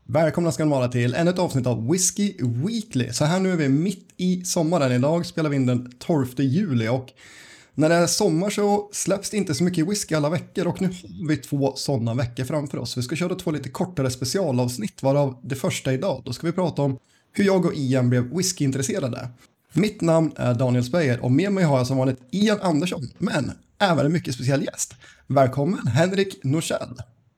Välkomna ska ni vara till ännu ett avsnitt av Whiskey Weekly. Så här nu är vi mitt i sommaren. Idag spelar vi in den 12 juli och när det är sommar så släpps det inte så mycket whisky alla veckor och nu har vi 2 sådana veckor framför oss. Vi ska köra 2 lite kortare specialavsnitt, varav det första idag. Då ska vi prata om hur jag och Ian blev whiskyintresserade. Mitt namn är Daniel Speyer och med mig har jag som vanligt Ian Andersson, men även en mycket speciell gäst. Välkommen Henrik Norssell.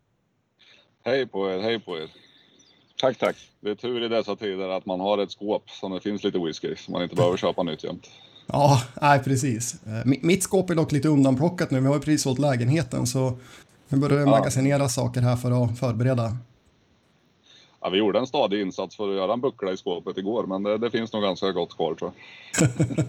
Hej på er, hej på er. Tack, tack. Det är tur i dessa tider att man har ett skåp som det finns lite whisky så man inte behöver köpa nytt jämt. Ja, nej precis. Mitt skåp är dock lite undanplockat nu. Vi har ju precis sålt lägenheten så vi börjar magasinera saker här för att förbereda. Ja, vi gjorde en stadig insats för att göra en buckla i skåpet igår, men det finns nog ganska gott kvar tror jag.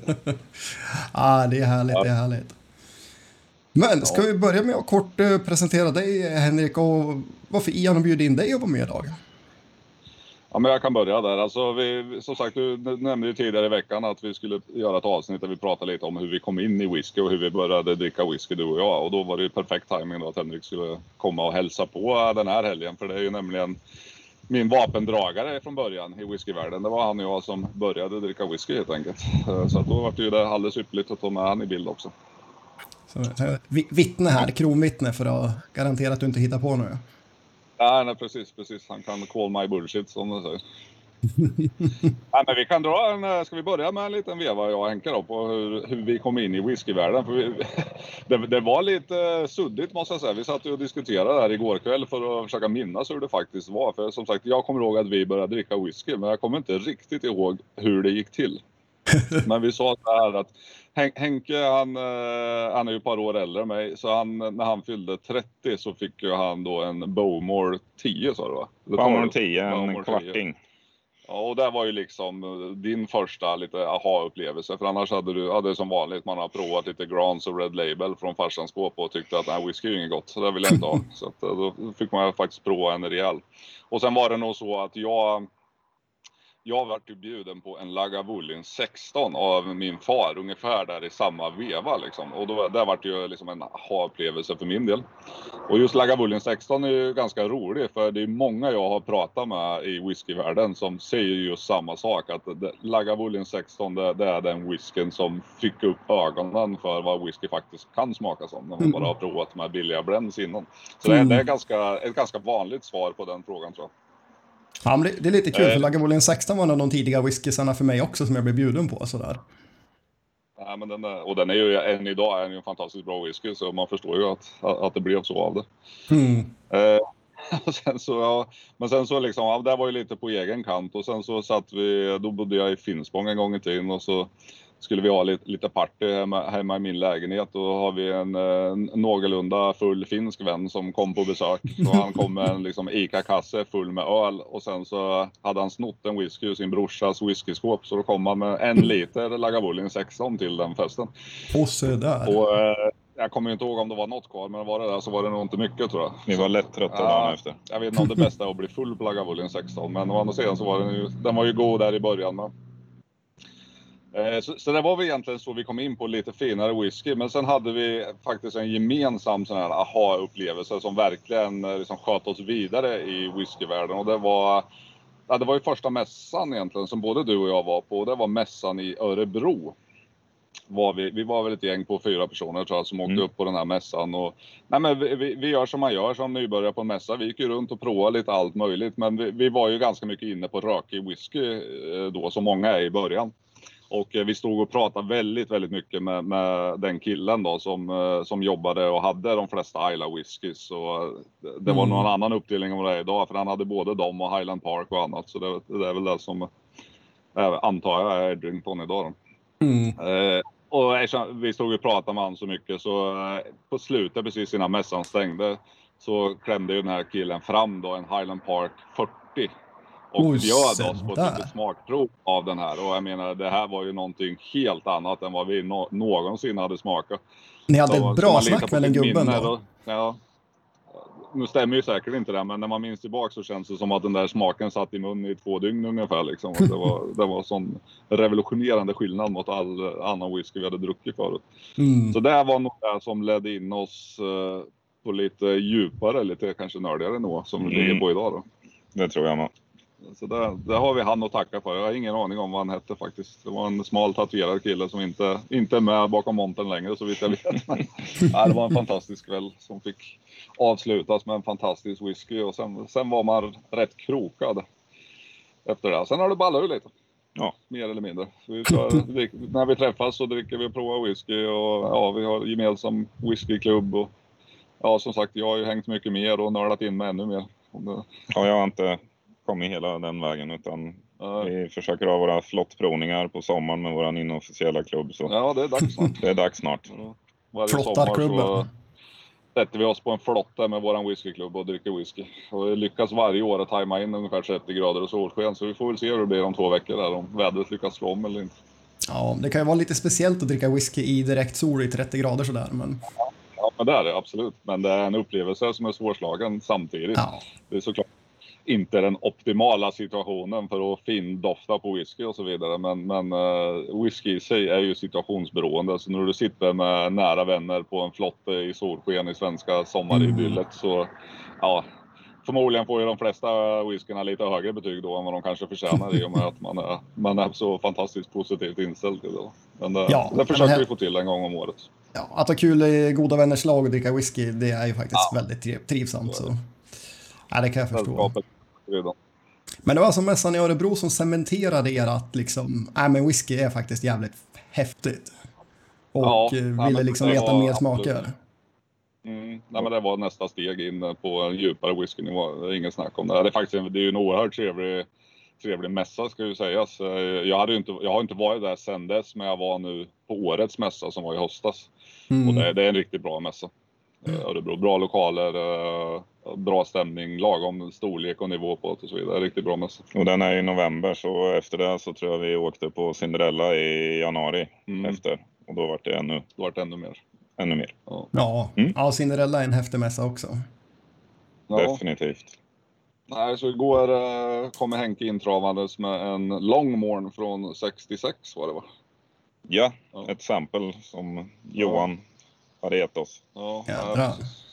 Ja, det är härligt, det är härligt. Men ska vi börja med att kort presentera dig Henrik och varför Ian har bjudit in dig att vara med idag? Ja, men jag kan börja där. Alltså som sagt, du nämnde ju tidigare i veckan att vi skulle göra ett avsnitt där vi pratade lite om hur vi kom in i whisky och hur vi började dricka whisky, du och jag. Och då var det ju perfekt timing då att Henrik skulle komma och hälsa på den här helgen. För det är ju nämligen min vapendragare från början i whiskyvärlden. Det var han och jag som började dricka whisky helt enkelt. Så att då var det ju det alldeles ypperligt att ta med han i bild också. Så, vittne här, kronvittne för att garantera att du inte hittar på nu. Nej, precis. Han kan call my bullshit som det säger. Nej, men vi kan ska vi börja med en liten veva jag och Henke då på hur vi kom in i whiskyvärlden. För det var lite suddigt måste jag säga. Vi satt och diskuterade där igår kväll för att försöka minnas hur det faktiskt var. För som sagt, jag kommer ihåg att vi började dricka whisky, men jag kommer inte riktigt ihåg hur det gick till. Men vi sa så här att Henke han är ju ett par år äldre än mig, så när han fyllde 30 så fick ju han då en Bowmore 10 sa du va? Bowmore 10, en kvarting. Ja, och det var ju liksom din första lite aha-upplevelse. För annars hade du som vanligt, man har provat lite Grants och Red Label från farsans skåp och tyckte att whisky är inget gott. Så det vill jag inte ha. Så att, då fick man faktiskt prova en rejäl. Och sen var det nog så att jag var bjuden på en Lagavulin 16 av min far ungefär där i samma veva liksom. Och då där var det ju liksom en aha-upplevelse för min del. Och just Lagavulin 16 är ju ganska rolig för det är många jag har pratat med i whiskyvärlden som säger just samma sak. Att Lagavulin 16 det är den whiskyn som fick upp ögonen för vad whisky faktiskt kan smaka som. När man bara har provat med billiga blends innan. Så det är ett ganska vanligt svar på den frågan tror jag. Ja, men det är lite kul för Lagavulin 16 var en av de tidiga whiskysarna för mig också som jag blev bjuden på sådär. Ja, men den är ju än idag är en fantastiskt bra whisky så man förstår ju att det blev så av det. Men sen så liksom, det var ju lite på egen kant och sen så då bodde jag i Finspång en gång i tiden och så skulle vi ha lite party hemma i min lägenhet och har vi en någorlunda full finsk vän som kom på besök. Så han kom med en liksom ICA-kasse full med öl och sen så hade han snott en whisky ur sin brorsas whiskyskåp så då kom han med 1 liter Lagavulin 16 till den festen. Och så där. Och jag kommer inte ihåg om det var något kvar, men var det där så var det nog inte mycket tror jag. Ni var lätt trötta dagen efter. Jag vet inte om det bästa är att bli full på Lagavulin 16, men å andra sidan så var den var ju god där i början med. Så det var väl egentligen så vi kom in på lite finare whisky. Men sen hade vi faktiskt en gemensam sån här aha-upplevelse som verkligen liksom sköt oss vidare i whiskyvärlden. Och det var ju första mässan egentligen som både du och jag var på. Och det var mässan i Örebro. Vi var väl ett gäng på 4 personer tror jag som åkte upp på den här mässan. Och, vi gör som man gör som nybörjare på en mässa. Vi gick ju runt och provade lite allt möjligt. Men vi var ju ganska mycket inne på rökig whisky då som många är i början. Och vi stod och pratade väldigt, väldigt mycket med den killen då som jobbade och hade de flesta Islay whiskys. Så det var någon annan uppdelning om det idag. För han hade både dem och Highland Park och annat. Så det är väl det som antar jag är Drinkton idag då. Och vi stod och pratade med han så mycket så på slutet precis innan mässan stängde så klämde ju den här killen fram då en Highland Park 40. Och bjöd oss på ett litet smakprov av den här. Och jag menar, det här var ju någonting helt annat än vad vi någonsin hade smakat. Ni hade ett bra snack med den gubben då? Ja. Nu stämmer ju säkert inte det, men när man minns tillbaka så känns det som att den där smaken satt i mun i 2 dygn ungefär. Liksom. Det var sån revolutionerande skillnad mot all annan whisky vi hade druckit förut. Så det var nog det som ledde in oss på lite djupare, lite kanske nördigare nå som vi ligger på idag då. Det tror jag med. Så det har vi han att tacka för. Jag har ingen aning om vad han hette faktiskt. Det var en smal tatuerad kille som inte är med bakom montern längre så vitt jag vet. Men, det var en fantastisk kväll som fick avslutas med en fantastisk whisky. Och sen var man rätt krokad efter det. Sen har det ballat ur lite. Ja. Mer eller mindre. När vi träffas så dricker vi och provar whisky. Och vi har gemensam whiskyklubb. Och som sagt, jag har ju hängt mycket mer och nördat in mig ännu mer. Ja, jag har inte kommit hela den vägen utan vi försöker ha våra flottprovningar på sommaren med våran inofficiella klubb. Så ja, det är dags snart. Det är dags snart. Varje sommar så sätter vi oss på en flotte med våran whiskyklubb och dricker whisky. Och vi lyckas varje år att tajma in ungefär 30 grader och solsken. Så vi får väl se hur det blir om 2 veckor där, om vädret lyckas slå om eller inte. Ja, det kan ju vara lite speciellt att dricka whisky i direkt sol i 30 grader sådär. Men... Ja, men det är det absolut. Men det är en upplevelse som är svårslagen samtidigt. Ja. Det är såklart inte den optimala situationen för att dofta på whisky och så vidare. Men whisky i sig är ju situationsberoende. Så när du sitter med nära vänner på en flotte i solsken i svenska sommaridyllet så förmodligen får ju de flesta whiskyna lite högre betyg då än vad de kanske förtjänar i och med att man är så fantastiskt positivt inställd till det. Men det försöker vi få till en gång om året. Ja, att ha kul i goda vänners lag och dricka whisky, det är ju faktiskt väldigt trivsamt. Så. Ja, det kan jag förstå. Men det var alltså mässan i Örebro som cementerade er att liksom, men whisky är faktiskt jävligt häftigt. Och ville liksom veta mer smaker. Nej, men det var nästa steg in på en djupare whiskynivå. Det är ingen snack om det. Det är ju en oerhört trevlig mässa ska ju sägas. Jag har inte varit där sedan dess, men jag var nu på årets mässa som var i höstas. Och det är en riktigt bra mässa. Örebro, bra lokaler, bra stämning, lagom storlek och nivå på det och så vidare. Riktigt bra mässa. Och den är i november, så efter det så tror jag vi åkte på Cinderella i januari efter. Och då var det ännu mer. Ännu mer. Ja, Cinderella är en häftig mässa också. Ja. Definitivt. Nej, så igår kom Henke intravandes med en Longmorn från 66 var det va? Ja, ett sample som Johan hade gett oss. Ja, bra.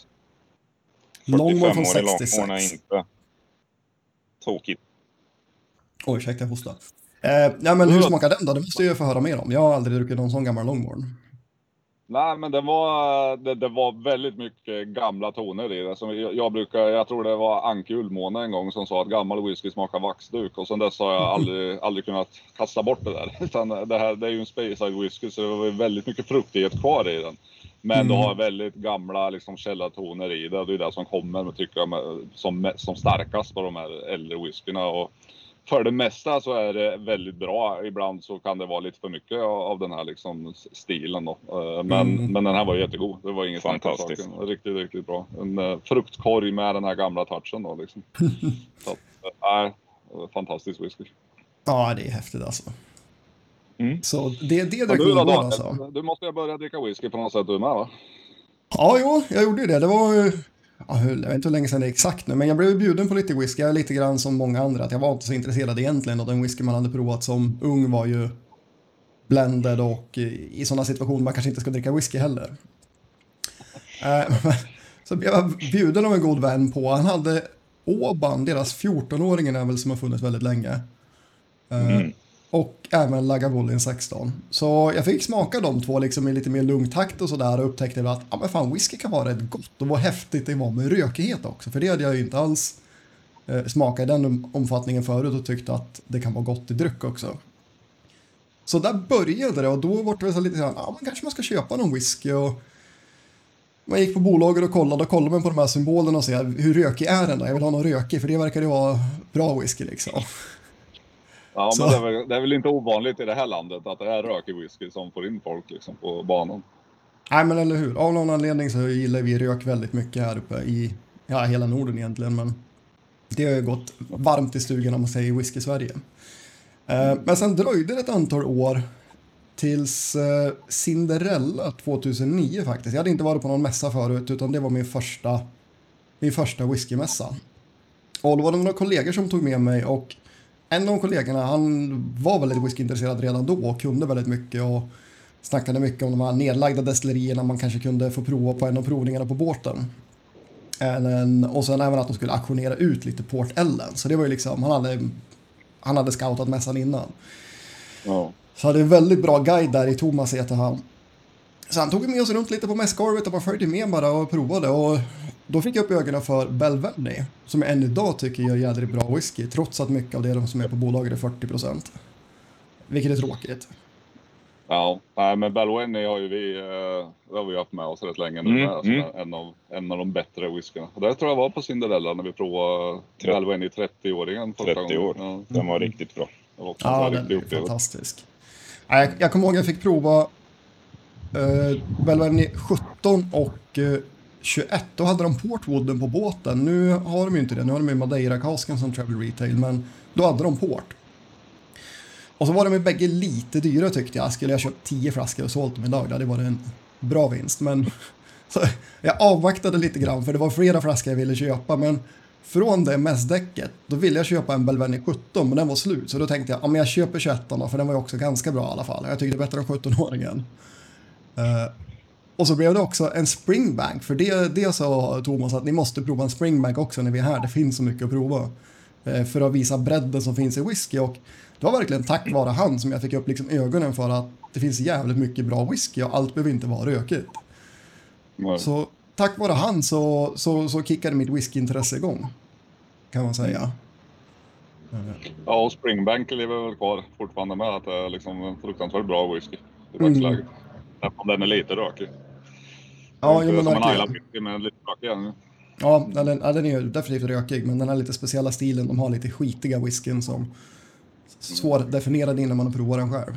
Longmorn från 66. Longmorn är inte tokigt. Oj, ursäkta, jag hostar. Men hur smakar den då? Det måste jag få höra mer om. Jag har aldrig druckit någon sån gammal Longmorn. Nej, men det var väldigt mycket gamla toner i det. Som jag tror det var Anke Ullmåne en gång som sa att gammal whisky smakar vaxduk. Och sen dess har jag aldrig kunnat kasta bort det där. Utan det är ju en Speyside whisky så det var väldigt mycket fruktighet kvar i den. Men du har väldigt gamla liksom, källartoner i det. Det är det som kommer tycker jag, som starkast på de här äldre whiskyna. Och för det mesta så är det väldigt bra. Ibland så kan det vara lite för mycket av den här liksom stilen då. Men den här var jättegod. Det var inget fantastiskt. Riktigt, riktigt bra. En fruktkorg med den här gamla touchen då liksom. Så fantastisk whisky. Ja, det är häftigt alltså. Så det drack du då, alltså. Du måste ju börja dricka whisky på något sätt du med va? Ja, jo, jag gjorde det. Det var jag vet inte hur länge sedan det är exakt nu, men jag blev bjuden på lite whisky. Jag är lite grann som många andra, att jag var inte så intresserad egentligen och den whisky man hade provat som ung var ju blended och i sådana situationer man kanske inte ska dricka whisky heller. Så blev jag bjuden av en god vän på, han hade Åban, deras 14-åringen är väl som har funnits väldigt länge. Och även Lagavulin 16. Så jag fick smaka de två liksom i lite mer lugn takt och sådär och upptäckte att men fan, whisky kan vara rätt gott och vad häftigt det var med rökighet också. För det hade jag ju inte alls smakat i den omfattningen förut och tyckte att det kan vara gott i dryck också. Så där började det och då var det så lite såhär, men kanske man ska köpa någon whisky och man gick på bolaget och kollade man på de här symbolerna och såg hur rökig är den då? Jag vill ha någon rökig för det verkar ju vara bra whisky liksom. Ja, men det är väl inte ovanligt i det här landet att det är rökig whisky som får in folk liksom på banan. Nej, men eller hur. Av någon anledning så gillar vi rök väldigt mycket här uppe i hela Norden egentligen. Men det har ju gått varmt i stugan om man säger whisky i Sverige. Men sen dröjde det ett antal år tills Cinderella 2009 faktiskt. Jag hade inte varit på någon mässa förut utan det var min första whiskymässa. Och då var det några kollegor som tog med mig och en av kollegorna, han var väldigt whiskyintresserad redan då och kunde väldigt mycket och snackade mycket om de här nedlagda destillerierna man kanske kunde få prova på en av provningarna på båten. Och sen även att de skulle auktionera ut lite Port Ellen. Så det var ju liksom, han hade scoutat mässan innan. Ja. Så hade en väldigt bra guide där i Thomas heter han. Så han tog med oss runt lite på mässgolvet och man följde med bara och provade. Och då fick jag upp ögonen för Balvenie, som jag än idag tycker gör jävligt bra whisky, trots att mycket av det som är på bolaget är 40%. Vilket är tråkigt. Ja, nej, men Balvenie har ju vi haft med oss rätt länge nu. En av de bättre whiskyna. Och det tror jag var på Cinderella när vi provade Balvenie 30-åringen. 30 år. Ja. Den var riktigt bra. Ja, den är fantastisk. Jag kommer ihåg att jag fick prova Balvenie 17 och 21. Då hade de Portwooden på båten. Nu har de ju inte det. Nu har de ju Madeira-kasken som Travel Retail. Men då hade de Port. Och så var de ju bägge lite dyra tyckte jag. Skulle jag köpt 10 flaskor och sålt dem idag, det hade varit en bra vinst. Men så, jag avvaktade lite grann för det var flera flaskor jag ville köpa. Men från det mässdäcket, då ville jag köpa en Balvenie 17 men den var slut. Så då tänkte jag, jag köper 21 då, för den var ju också ganska bra i alla fall. Jag tyckte det är bättre än 17-åringen. Och så blev det också en Springbank. För det sa Thomas att ni måste prova en Springbank också när vi är här. Det finns så mycket att prova. För att visa bredden som finns i whisky. Och det var verkligen tack vare han som jag fick upp liksom ögonen för att det finns jävligt mycket bra whisky och allt behöver inte vara rökigt. Nej. Så tack vare han så kickade mitt whiskyintresse igång. Kan man säga. Ja, och Springbank lever väl kvar fortfarande med att det är liksom en fruktansvärt bra whisky i dagsläget. Den är lite rökig. Ja, men som en Isla whisky men lite rökig igen. Ja, den är ju definitivt rökig, men den har lite speciella stilen. De har lite skitiga whiskyn som svårdefinierad innan man provar den själv.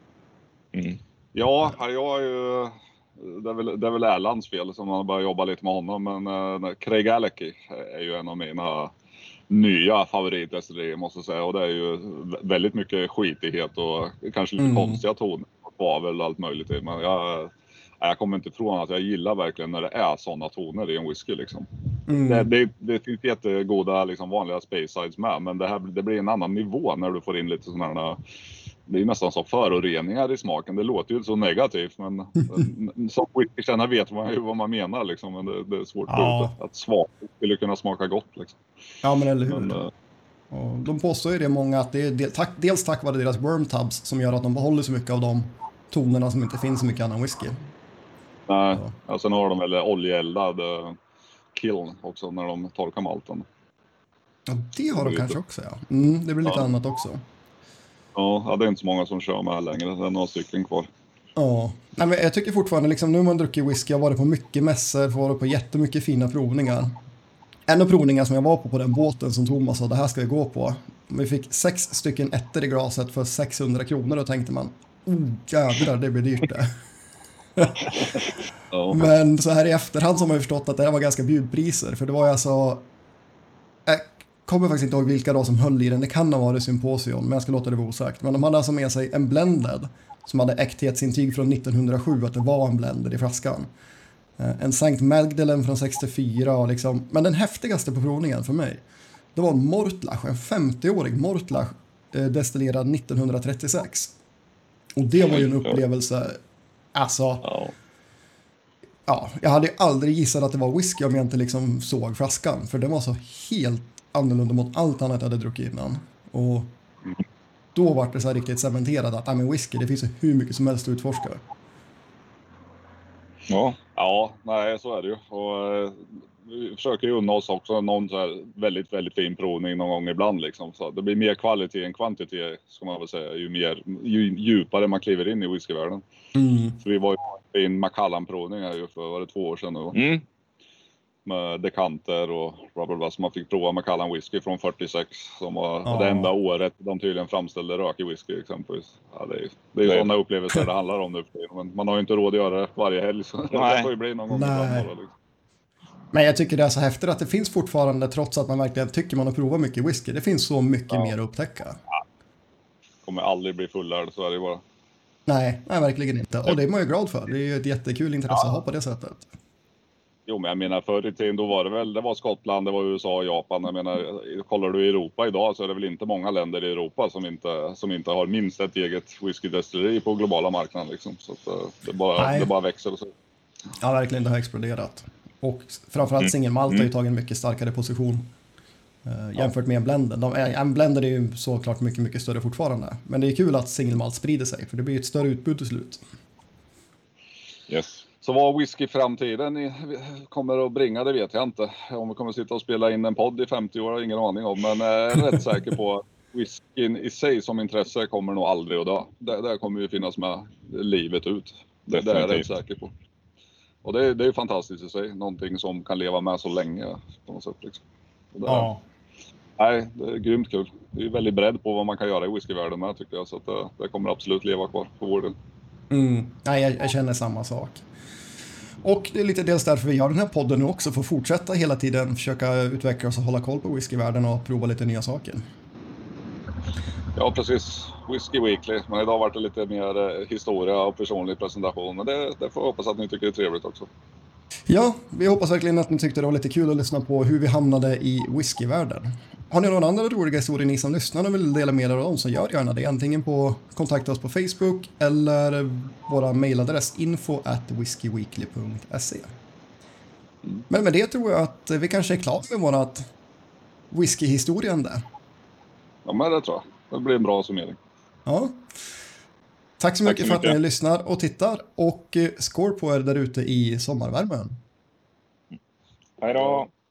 Ja, jag är ju... Det är väl Erlands fel som man börjar jobba lite med honom. Men Craig Alecky är ju en av mina nya favoritdestillerier måste jag säga. Och det är ju väldigt mycket skitighet och kanske lite konstiga toner. Svavel och allt möjligt. Men jag kommer inte ifrån att jag gillar verkligen när det är sådana toner i en whisky liksom. Det finns jättegoda liksom, vanliga space sides med. Men det blir en annan nivå när du får in lite sådana här... Det är nästan som föroreningar i smaken. Det låter ju så negativt. Men som whiskykännare vet man ju vad man menar liksom. Men det är svårt att svavel skulle kunna smaka gott liksom. Ja, men eller hur. Och de påstår ju det många att det är dels tack vare deras worm tubs som gör att de behåller så mycket av de tonerna som inte finns så mycket annan whisky. Nej, och sen har de väl oljeeldad kiln också när de torkar malten. Ja, det har de kanske också, ja. Det blir lite annat också. Ja, det är inte så många som kör med längre. Det är några stycken kvar. Ja, nej, men jag tycker fortfarande liksom, nu har man druckit whisky, jag har varit på mycket mässor, varit på jättemycket fina provningar. En av provningarna som jag var på den båten som Thomas sa, det här ska vi gå på. Vi fick 6 stycken ettor i glaset för 600 kronor och tänkte man, jädrar, det blir dyrt det. Men så här i efterhand så har man ju förstått att det här var ganska bjudpriser. För det var ju alltså... Jag kommer faktiskt inte ihåg vilka då som höll i den. Det kan ha varit Symposium, men jag ska låta det vara osagt. Men de hade alltså med sig en blended som hade äkthetsintyg från 1907 att det var en blended i flaskan. En St. Magdalen från 64 och liksom... Men den häftigaste på provningen för mig, det var en Mortlach, en 50-årig Mortlach destillerad 1936. Och det var ju en upplevelse... Alltså, jag hade aldrig gissat att det var whisky om jag inte liksom såg flaskan. För den var så helt annorlunda mot allt annat jag hade druckit innan. Och då var det så här riktigt cementerat att whisky, det finns ju hur mycket som helst att utforska. Ja, nej så är det ju. Och vi försöker ju unna oss också någon så här väldigt, väldigt fin provning någon gång ibland liksom. Så det blir mer kvalitet än kvantitet ska man väl säga. Ju djupare man kliver in i whiskyvärlden. Så vi var ju i en Macallan-provning här ju för 2 år sedan nu. Med dekanter och bla så man fick prova Macallan whisky från 46 som var det enda året de tydligen framställde rökig whisky exempelvis. Ja, det är ju sådana upplevelser det handlar om nu. Men man har ju inte råd att göra det varje helg så det får ju bli någon gång ibland bara, liksom. Men jag tycker det är så häftigt att det finns fortfarande, trots att man verkligen tycker man har provat mycket whisky, det finns så mycket mer att upptäcka. Kommer aldrig bli fullärd, så är det bara. Nej, verkligen inte. Och det är man ju glad för. Det är ju ett jättekul intresse att ha på det sättet. Jo, men jag menar förr i tiden då var det var Skottland, det var USA och Japan. Jag menar, kollar du i Europa idag så är det väl inte många länder i Europa som inte har minst ett eget whiskydestilleri på globala marknaden liksom. Så att det bara växer och så. Ja, verkligen, det har exploderat. Och framförallt singelmalt har ju tagit en mycket starkare position jämfört med en blender. En blender är ju såklart mycket större fortfarande. Men det är kul att singelmalt sprider sig, för det blir ett större utbud till slut. Yes. Så vad whisky framtiden kommer att bringa, det vet jag inte. Om vi kommer sitta och spela in en podd i 50 år har jag ingen aning om. Men jag är rätt säker på att whiskyn i sig som intresse kommer nog aldrig att dö. Det kommer ju finnas med livet ut. Det är jag rätt säker på. Och det är ju fantastiskt i sig. Någonting som kan leva med så länge på något sätt. Liksom. Ja. Nej, det är grymt kul. Det är väldigt bredd på vad man kan göra i whiskyvärlden med, tycker jag. Så att det kommer absolut leva kvar på vår del. Nej, jag känner samma sak. Och det är lite dels därför vi gör den här podden nu också, för att fortsätta hela tiden försöka utveckla oss och hålla koll på whiskyvärlden och prova lite nya saker. Ja, precis. Whisky Weekly. Men idag var det lite mer historia och personlig presentation. Men det får jag hoppas att ni tycker är trevligt också. Ja, vi hoppas verkligen att ni tyckte det var lite kul att lyssna på hur vi hamnade i whiskyvärlden. Har ni någon andra roliga historier ni som lyssnar och vill dela med er av dem, så gör gärna det. Antingen på kontakta oss på Facebook eller våra mejladress info@whiskyweekly.se. Men med det tror jag att vi kanske är klart med vårat whiskyhistoriande. Ja, men det tror jag. Det blir en bra summering. Ja. Tack så mycket för att ni lyssnar och tittar, och skål på er där ute i sommarvärmen. Hej då!